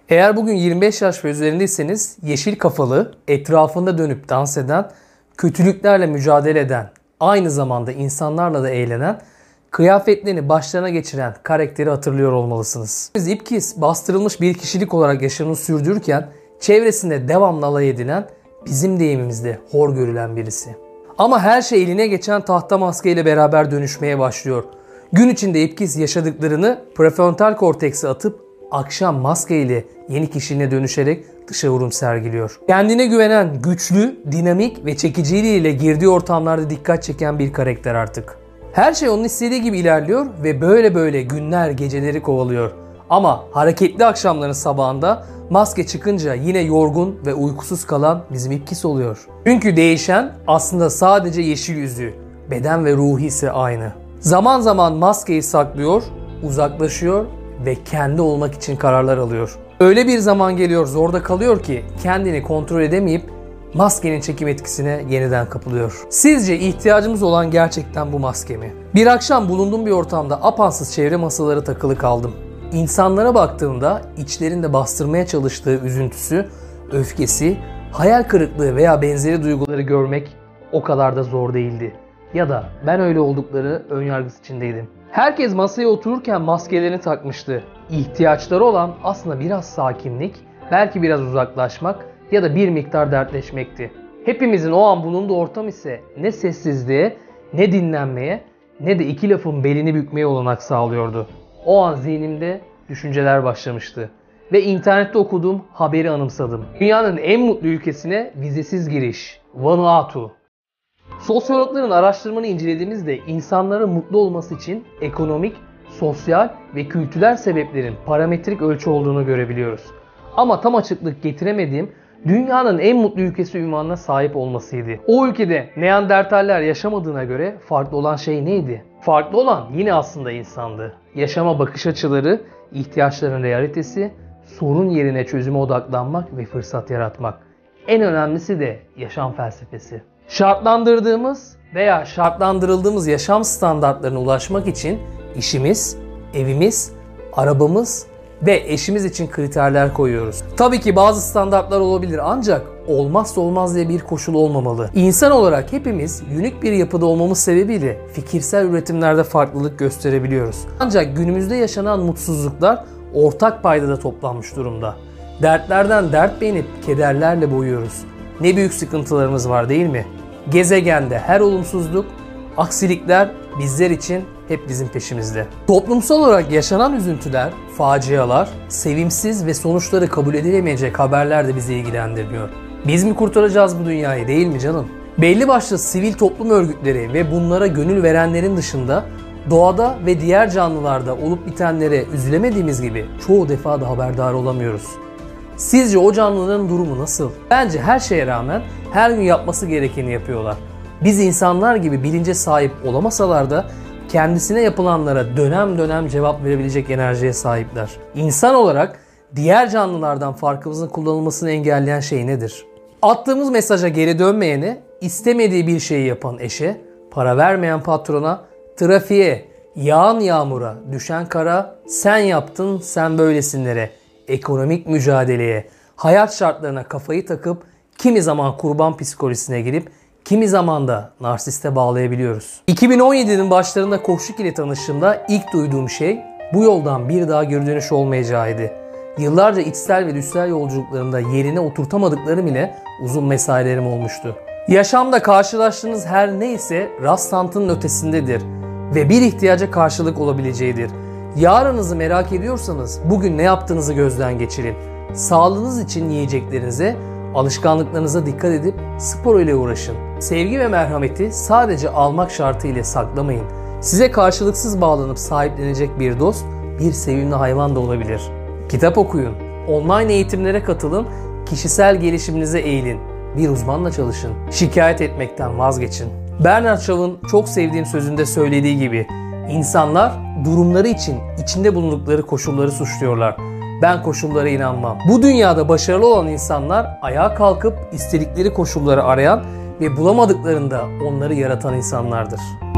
Eğer bugün 25 yaş ve üzerindeyseniz yeşil kafalı, etrafında dönüp dans eden, kötülüklerle mücadele eden, aynı zamanda insanlarla da eğlenen, kıyafetlerini başlarına geçiren karakteri hatırlıyor olmalısınız. Ipkiss bastırılmış bir kişilik olarak yaşamını sürdürürken çevresinde devamlı alay edilen, bizim deyimimizde hor görülen birisi. Ama her şey eline geçen tahta maskeyle beraber dönüşmeye başlıyor. Gün içinde Ipkiss yaşadıklarını prefrontal kortekse atıp akşam maskeyle yeni kişiliğine dönüşerek dışa vurum sergiliyor. Kendine güvenen, güçlü, dinamik ve çekiciliğiyle girdiği ortamlarda dikkat çeken bir karakter artık. Her şey onun istediği gibi ilerliyor ve böyle günler, geceleri kovalıyor. Ama hareketli akşamların sabahında maske çıkınca yine yorgun ve uykusuz kalan bizim Ipkiss oluyor. Çünkü değişen aslında sadece yeşil yüzü, beden ve ruhu ise aynı. Zaman zaman maskeyi saklıyor, uzaklaşıyor ve kendi olmak için kararlar alıyor. Öyle bir zaman geliyor, zorda kalıyor ki kendini kontrol edemeyip maskenin çekim etkisine yeniden kapılıyor. Sizce ihtiyacımız olan gerçekten bu maske mi? Bir akşam bulunduğum bir ortamda apansız çevre masaları takılı kaldım. İnsanlara baktığımda içlerinde bastırmaya çalıştığı üzüntüsü, öfkesi, hayal kırıklığı veya benzeri duyguları görmek o kadar da zor değildi. Ya da ben öyle oldukları önyargısı içindeydim. Herkes masaya otururken maskelerini takmıştı. İhtiyaçları olan aslında biraz sakinlik, belki biraz uzaklaşmak ya da bir miktar dertleşmekti. Hepimizin o an bulunduğu ortam ise ne sessizliğe, ne dinlenmeye, ne de iki lafın belini bükmeye olanak sağlıyordu. O an zihnimde düşünceler başlamıştı. Ve internette okuduğum haberi anımsadım. Dünyanın en mutlu ülkesine vizesiz giriş. Vanuatu. Sosyologların araştırmalarını incelediğimizde insanların mutlu olması için ekonomik, sosyal ve kültürel sebeplerin parametrik ölçü olduğunu görebiliyoruz. Ama tam açıklık getiremediğim dünyanın en mutlu ülkesi unvanına sahip olmasıydı. O ülkede Neandertaller yaşamadığına göre farklı olan şey neydi? Farklı olan yine aslında insandı. Yaşama bakış açıları, ihtiyaçların realitesi, sorun yerine çözüme odaklanmak ve fırsat yaratmak. En önemlisi de yaşam felsefesi. Şartlandırdığımız veya şartlandırıldığımız yaşam standartlarına ulaşmak için işimiz, evimiz, arabamız ve eşimiz için kriterler koyuyoruz. Tabii ki bazı standartlar olabilir ancak olmazsa olmaz diye bir koşul olmamalı. İnsan olarak hepimiz unik bir yapıda olmamız sebebiyle fikirsel üretimlerde farklılık gösterebiliyoruz. Ancak günümüzde yaşanan mutsuzluklar ortak paydada toplanmış durumda. Dertlerden dert beğenip kederlerle boyuyoruz. Ne büyük sıkıntılarımız var değil mi? Gezegende her olumsuzluk, aksilikler bizler için hep bizim peşimizde. Toplumsal olarak yaşanan üzüntüler, facialar, sevimsiz ve sonuçları kabul edilemeyecek haberler de bizi ilgilendiriyor. Biz mi kurtaracağız bu dünyayı değil mi canım? Belli başlı sivil toplum örgütleri ve bunlara gönül verenlerin dışında doğada ve diğer canlılarda olup bitenlere üzülemediğimiz gibi çoğu defa da haberdar olamıyoruz. Sizce o canlıların durumu nasıl? Bence her şeye rağmen her gün yapması gerekeni yapıyorlar. Biz insanlar gibi bilince sahip olamasalar da kendisine yapılanlara dönem dönem cevap verebilecek enerjiye sahipler. İnsan olarak diğer canlılardan farkımızın kullanılmasını engelleyen şey nedir? Attığımız mesaja geri dönmeyene, istemediği bir şeyi yapan eşe, para vermeyen patrona, trafiğe, yağan yağmura, düşen kara, sen yaptın sen böylesinlere, ekonomik mücadeleye, hayat şartlarına kafayı takıp kimi zaman kurban psikolojisine girip kimi zaman da narsiste bağlayabiliyoruz. 2017'nin başlarında Koçluk ile tanıştığımda ilk duyduğum şey bu yoldan bir daha geri dönüş olmayacağıydı. Yıllarca içsel ve dışsal yolculuklarımda yerine oturtamadıklarım ile uzun mesailerim olmuştu. Yaşamda karşılaştığınız her neyse rastlantının ötesindedir ve bir ihtiyaca karşılık olabileceğidir. Yarınınızı merak ediyorsanız bugün ne yaptığınızı gözden geçirin. Sağlığınız için yiyeceklerinize, alışkanlıklarınıza dikkat edip spor ile uğraşın. Sevgi ve merhameti sadece almak şartıyla saklamayın. Size karşılıksız bağlanıp sahiplenecek bir dost, bir sevimli hayvan da olabilir. Kitap okuyun, online eğitimlere katılın, kişisel gelişiminize eğilin, bir uzmanla çalışın. Şikayet etmekten vazgeçin. Bernard Shaw'ın çok sevdiğim sözünde söylediği gibi, İnsanlar durumları için içinde bulundukları koşulları suçluyorlar. Ben koşullara inanmam. Bu dünyada başarılı olan insanlar ayağa kalkıp istedikleri koşulları arayan ve bulamadıklarında onları yaratan insanlardır.